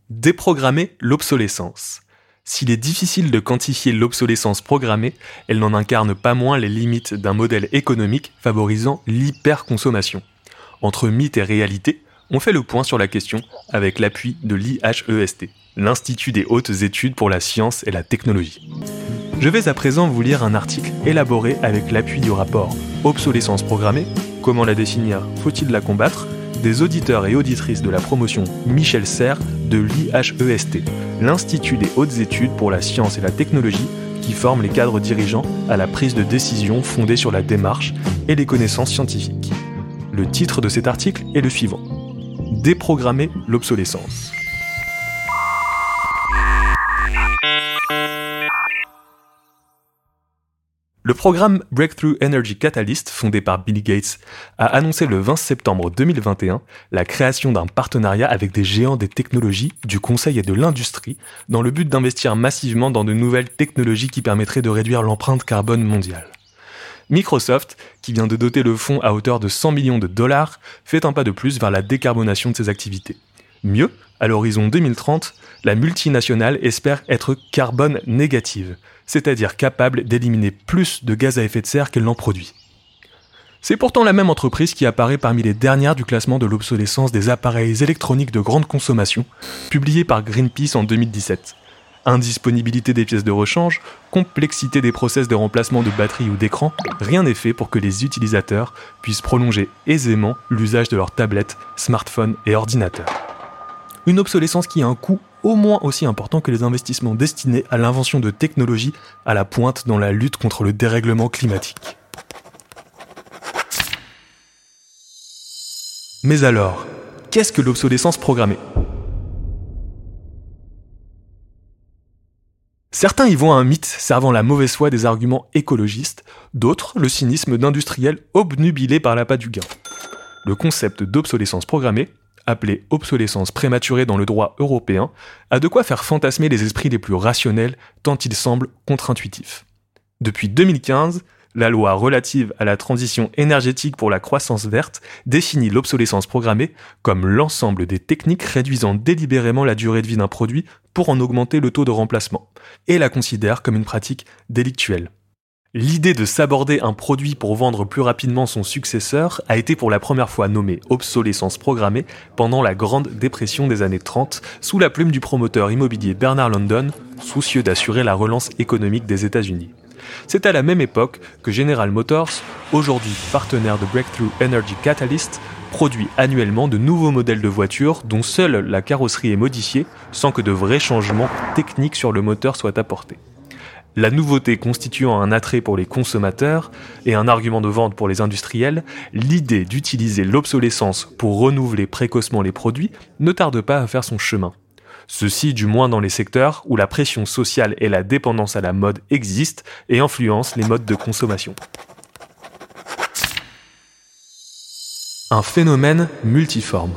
Déprogrammer l'obsolescence. S'il est difficile de quantifier l'obsolescence programmée, elle n'en incarne pas moins les limites d'un modèle économique favorisant l'hyperconsommation. Entre mythe et réalité, on fait le point sur la question avec l'appui de l'IHEST, l'Institut des hautes études pour la science et la technologie. Je vais à présent vous lire un article élaboré avec l'appui du rapport « Obsolescence programmée, comment la définir, faut-il la combattre ?» des auditeurs et auditrices de la promotion Michel Serres de l'IHEST, l'Institut des hautes études pour la science et la technologie qui forme les cadres dirigeants à la prise de décision fondée sur la démarche et les connaissances scientifiques. Le titre de cet article est le suivant : Déprogrammer l'obsolescence. Le programme Breakthrough Energy Catalyst, fondé par Bill Gates, a annoncé le 20 septembre 2021 la création d'un partenariat avec des géants des technologies, du conseil et de l'industrie, dans le but d'investir massivement dans de nouvelles technologies qui permettraient de réduire l'empreinte carbone mondiale. Microsoft, qui vient de doter le fonds à hauteur de 100 millions de dollars, fait un pas de plus vers la décarbonation de ses activités. Mieux, à l'horizon 2030, la multinationale espère être carbone négative, c'est-à-dire capable d'éliminer plus de gaz à effet de serre qu'elle n'en produit. C'est pourtant la même entreprise qui apparaît parmi les dernières du classement de l'obsolescence des appareils électroniques de grande consommation, publié par Greenpeace en 2017. Indisponibilité des pièces de rechange, complexité des process de remplacement de batteries ou d'écrans, rien n'est fait pour que les utilisateurs puissent prolonger aisément l'usage de leurs tablettes, smartphones et ordinateurs. Une obsolescence qui a un coût au moins aussi important que les investissements destinés à l'invention de technologies à la pointe dans la lutte contre le dérèglement climatique. Mais alors, qu'est-ce que l'obsolescence programmée ? Certains y voient un mythe servant la mauvaise foi des arguments écologistes, d'autres le cynisme d'industriels obnubilés par l'appât du gain. Le concept d'obsolescence programmée, appelé obsolescence prématurée dans le droit européen, a de quoi faire fantasmer les esprits les plus rationnels tant il semble contre-intuitif. Depuis 2015, la loi relative à la transition énergétique pour la croissance verte définit l'obsolescence programmée comme l'ensemble des techniques réduisant délibérément la durée de vie d'un produit pour en augmenter le taux de remplacement, et la considère comme une pratique délictuelle. L'idée de s'aborder un produit pour vendre plus rapidement son successeur a été pour la première fois nommée obsolescence programmée pendant la Grande Dépression des années 30 sous la plume du promoteur immobilier Bernard London, soucieux d'assurer la relance économique des États-Unis. C'est à la même époque que General Motors, aujourd'hui partenaire de Breakthrough Energy Catalyst, produit annuellement de nouveaux modèles de voitures dont seule la carrosserie est modifiée sans que de vrais changements techniques sur le moteur soient apportés. La nouveauté constituant un attrait pour les consommateurs et un argument de vente pour les industriels, l'idée d'utiliser l'obsolescence pour renouveler précocement les produits ne tarde pas à faire son chemin. Ceci du moins dans les secteurs où la pression sociale et la dépendance à la mode existent et influencent les modes de consommation. Un phénomène multiforme.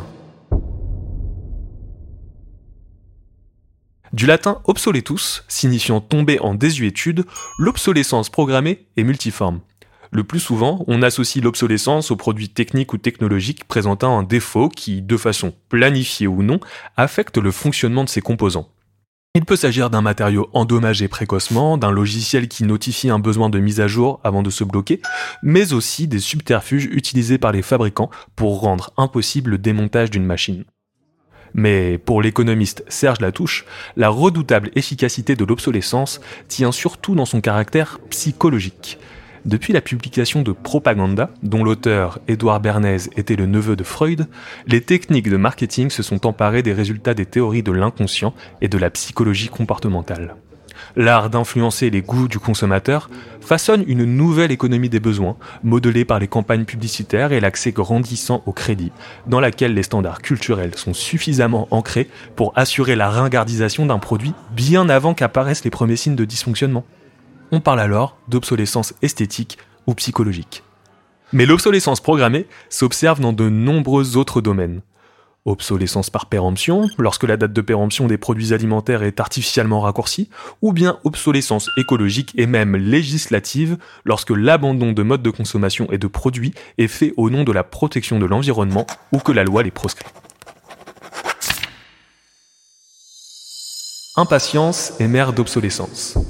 Du latin obsoletus, signifiant tomber en désuétude, l'obsolescence programmée est multiforme. Le plus souvent, on associe l'obsolescence aux produits techniques ou technologiques présentant un défaut qui, de façon planifiée ou non, affecte le fonctionnement de ses composants. Il peut s'agir d'un matériau endommagé précocement, d'un logiciel qui notifie un besoin de mise à jour avant de se bloquer, mais aussi des subterfuges utilisés par les fabricants pour rendre impossible le démontage d'une machine. Mais pour l'économiste Serge Latouche, la redoutable efficacité de l'obsolescence tient surtout dans son caractère psychologique. Depuis la publication de Propaganda, dont l'auteur Édouard Bernays était le neveu de Freud, les techniques de marketing se sont emparées des résultats des théories de l'inconscient et de la psychologie comportementale. L'art d'influencer les goûts du consommateur façonne une nouvelle économie des besoins, modelée par les campagnes publicitaires et l'accès grandissant au crédit, dans laquelle les standards culturels sont suffisamment ancrés pour assurer la ringardisation d'un produit bien avant qu'apparaissent les premiers signes de dysfonctionnement. On parle alors d'obsolescence esthétique ou psychologique. Mais l'obsolescence programmée s'observe dans de nombreux autres domaines. Obsolescence par péremption, lorsque la date de péremption des produits alimentaires est artificiellement raccourcie, ou bien obsolescence écologique et même législative, lorsque l'abandon de modes de consommation et de produits est fait au nom de la protection de l'environnement ou que la loi les proscrit. Impatience est mère d'obsolescence.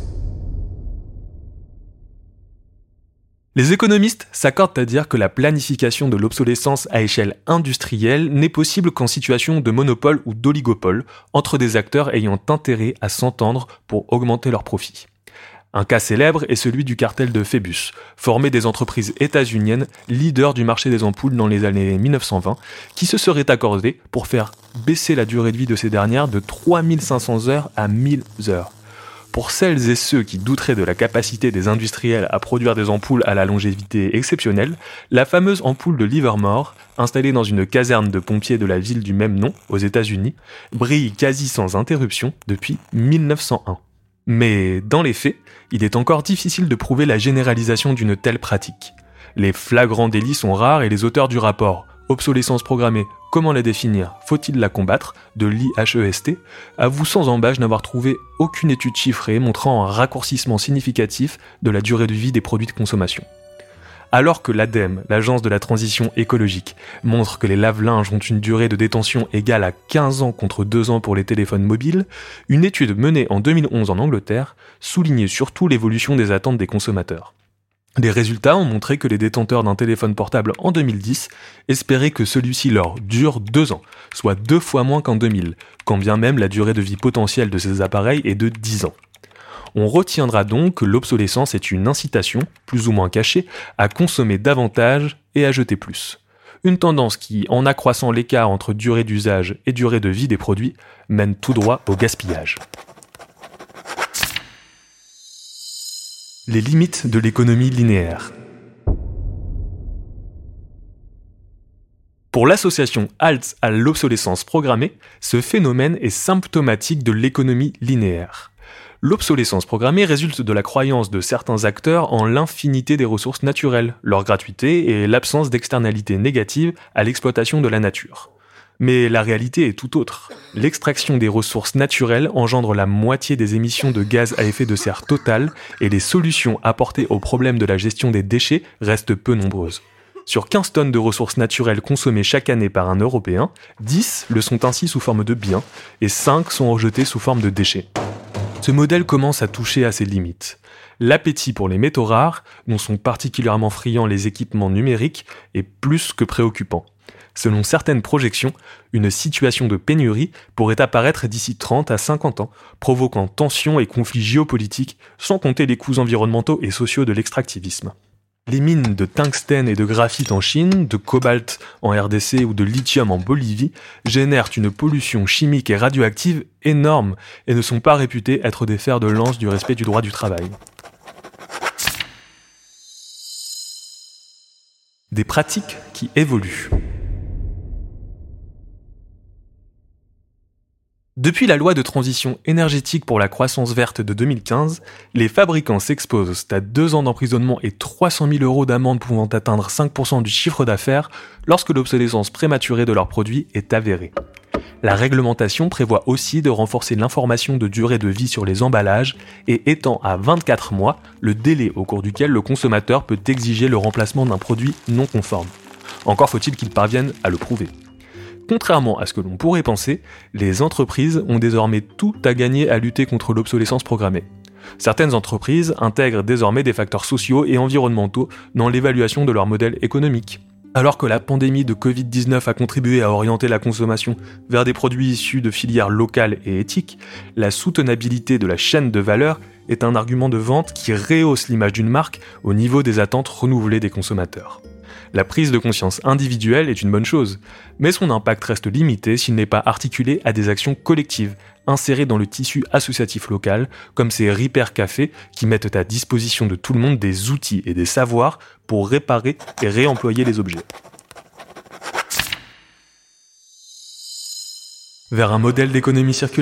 Les économistes s'accordent à dire que la planification de l'obsolescence à échelle industrielle n'est possible qu'en situation de monopole ou d'oligopole entre des acteurs ayant intérêt à s'entendre pour augmenter leurs profits. Un cas célèbre est celui du cartel de Phoebus, formé des entreprises états-uniennes leaders du marché des ampoules dans les années 1920, qui se seraient accordés pour faire baisser la durée de vie de ces dernières de 3500 heures à 1000 heures. Pour celles et ceux qui douteraient de la capacité des industriels à produire des ampoules à la longévité exceptionnelle, la fameuse ampoule de Livermore, installée dans une caserne de pompiers de la ville du même nom, aux États-Unis, brille quasi sans interruption depuis 1901. Mais dans les faits, il est encore difficile de prouver la généralisation d'une telle pratique. Les flagrants délits sont rares et les auteurs du rapport « Obsolescence programmée, comment la définir, faut-il la combattre ?» de l'IHEST avouent sans embâche n'avoir trouvé aucune étude chiffrée montrant un raccourcissement significatif de la durée de vie des produits de consommation. Alors que l'ADEME, l'Agence de la transition écologique, montre que les lave-linges ont une durée de détention égale à 15 ans contre 2 ans pour les téléphones mobiles, une étude menée en 2011 en Angleterre soulignait surtout l'évolution des attentes des consommateurs. Les résultats ont montré que les détenteurs d'un téléphone portable en 2010 espéraient que celui-ci leur dure 2 ans, soit 2 fois moins qu'en 2000, quand bien même la durée de vie potentielle de ces appareils est de 10 ans. On retiendra donc que l'obsolescence est une incitation, plus ou moins cachée, à consommer davantage et à jeter plus. Une tendance qui, en accroissant l'écart entre durée d'usage et durée de vie des produits, mène tout droit au gaspillage. Les limites de l'économie linéaire. Pour l'association HALT à l'obsolescence programmée, ce phénomène est symptomatique de l'économie linéaire. L'obsolescence programmée résulte de la croyance de certains acteurs en l'infinité des ressources naturelles, leur gratuité et l'absence d'externalités négatives à l'exploitation de la nature. Mais la réalité est tout autre. L'extraction des ressources naturelles engendre la moitié des émissions de gaz à effet de serre totales et les solutions apportées au problème de la gestion des déchets restent peu nombreuses. Sur 15 tonnes de ressources naturelles consommées chaque année par un Européen, 10 le sont ainsi sous forme de biens et 5 sont rejetés sous forme de déchets. Ce modèle commence à toucher à ses limites. L'appétit pour les métaux rares, dont sont particulièrement friands les équipements numériques, est plus que préoccupant. Selon certaines projections, une situation de pénurie pourrait apparaître d'ici 30 à 50 ans, provoquant tensions et conflits géopolitiques, sans compter les coûts environnementaux et sociaux de l'extractivisme. Les mines de tungstène et de graphite en Chine, de cobalt en RDC ou de lithium en Bolivie génèrent une pollution chimique et radioactive énorme et ne sont pas réputées être des fers de lance du respect du droit du travail. Des pratiques qui évoluent. Depuis la loi de transition énergétique pour la croissance verte de 2015, les fabricants s'exposent à 2 ans d'emprisonnement et 300 000 € d'amende pouvant atteindre 5% du chiffre d'affaires lorsque l'obsolescence prématurée de leurs produits est avérée. La réglementation prévoit aussi de renforcer l'information de durée de vie sur les emballages et étend à 24 mois le délai au cours duquel le consommateur peut exiger le remplacement d'un produit non conforme. Encore faut-il qu'il parvienne à le prouver. Contrairement à ce que l'on pourrait penser, les entreprises ont désormais tout à gagner à lutter contre l'obsolescence programmée. Certaines entreprises intègrent désormais des facteurs sociaux et environnementaux dans l'évaluation de leur modèle économique. Alors que la pandémie de Covid-19 a contribué à orienter la consommation vers des produits issus de filières locales et éthiques, la soutenabilité de la chaîne de valeur est un argument de vente qui rehausse l'image d'une marque au niveau des attentes renouvelées des consommateurs. La prise de conscience individuelle est une bonne chose, mais son impact reste limité s'il n'est pas articulé à des actions collectives, insérées dans le tissu associatif local, comme ces Repair Cafés qui mettent à disposition de tout le monde des outils et des savoirs pour réparer et réemployer les objets. Vers un modèle d'économie circulaire ?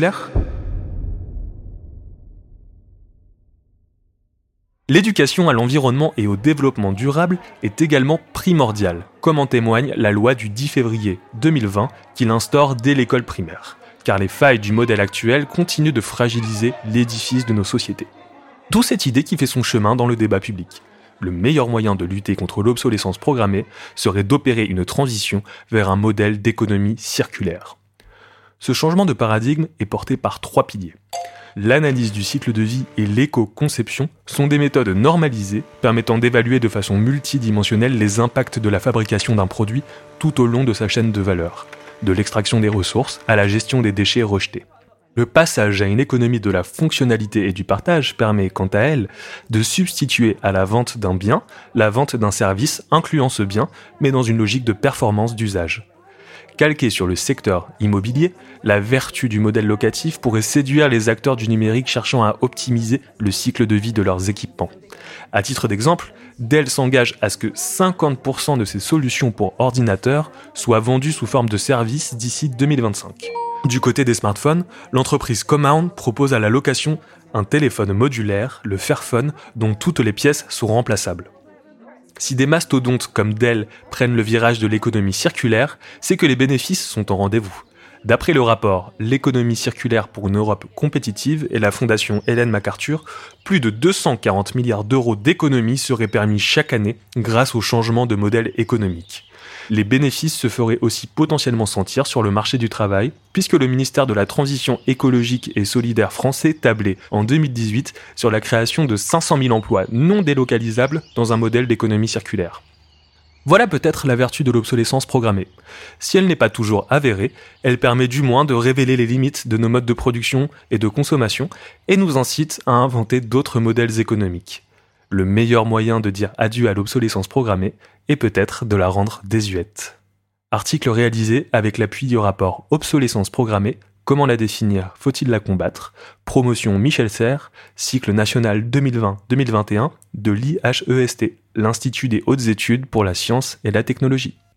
L'éducation à l'environnement et au développement durable est également primordiale, comme en témoigne la loi du 10 février 2020 qui l'instaure dès l'école primaire, car les failles du modèle actuel continuent de fragiliser l'édifice de nos sociétés. D'où cette idée qui fait son chemin dans le débat public. Le meilleur moyen de lutter contre l'obsolescence programmée serait d'opérer une transition vers un modèle d'économie circulaire. Ce changement de paradigme est porté par 3 piliers. L'analyse du cycle de vie et l'éco-conception sont des méthodes normalisées permettant d'évaluer de façon multidimensionnelle les impacts de la fabrication d'un produit tout au long de sa chaîne de valeur, de l'extraction des ressources à la gestion des déchets rejetés. Le passage à une économie de la fonctionnalité et du partage permet, quant à elle, de substituer à la vente d'un bien, la vente d'un service incluant ce bien, mais dans une logique de performance d'usage. Calquée sur le secteur immobilier, la vertu du modèle locatif pourrait séduire les acteurs du numérique cherchant à optimiser le cycle de vie de leurs équipements. À titre d'exemple, Dell s'engage à ce que 50% de ses solutions pour ordinateurs soient vendues sous forme de services d'ici 2025. Du côté des smartphones, l'entreprise Comount propose à la location un téléphone modulaire, le Fairphone, dont toutes les pièces sont remplaçables. Si des mastodontes comme Dell prennent le virage de l'économie circulaire, c'est que les bénéfices sont au rendez-vous. D'après le rapport « L'économie circulaire pour une Europe compétitive » et la fondation Ellen MacArthur, plus de 240 milliards d'euros d'économies seraient permis chaque année grâce au changement de modèle économique. Les bénéfices se feraient aussi potentiellement sentir sur le marché du travail, puisque le ministère de la Transition écologique et solidaire français tablait en 2018 sur la création de 500 000 emplois non délocalisables dans un modèle d'économie circulaire. Voilà peut-être la vertu de l'obsolescence programmée. Si elle n'est pas toujours avérée, elle permet du moins de révéler les limites de nos modes de production et de consommation et nous incite à inventer d'autres modèles économiques. Le meilleur moyen de dire adieu à l'obsolescence programmée est peut-être de la rendre désuète. Article réalisé avec l'appui du rapport Obsolescence programmée, comment la définir, faut-il la combattre ? Promotion Michel Serres, cycle national 2020-2021 de l'IHEST, l'Institut des hautes études pour la science et la technologie.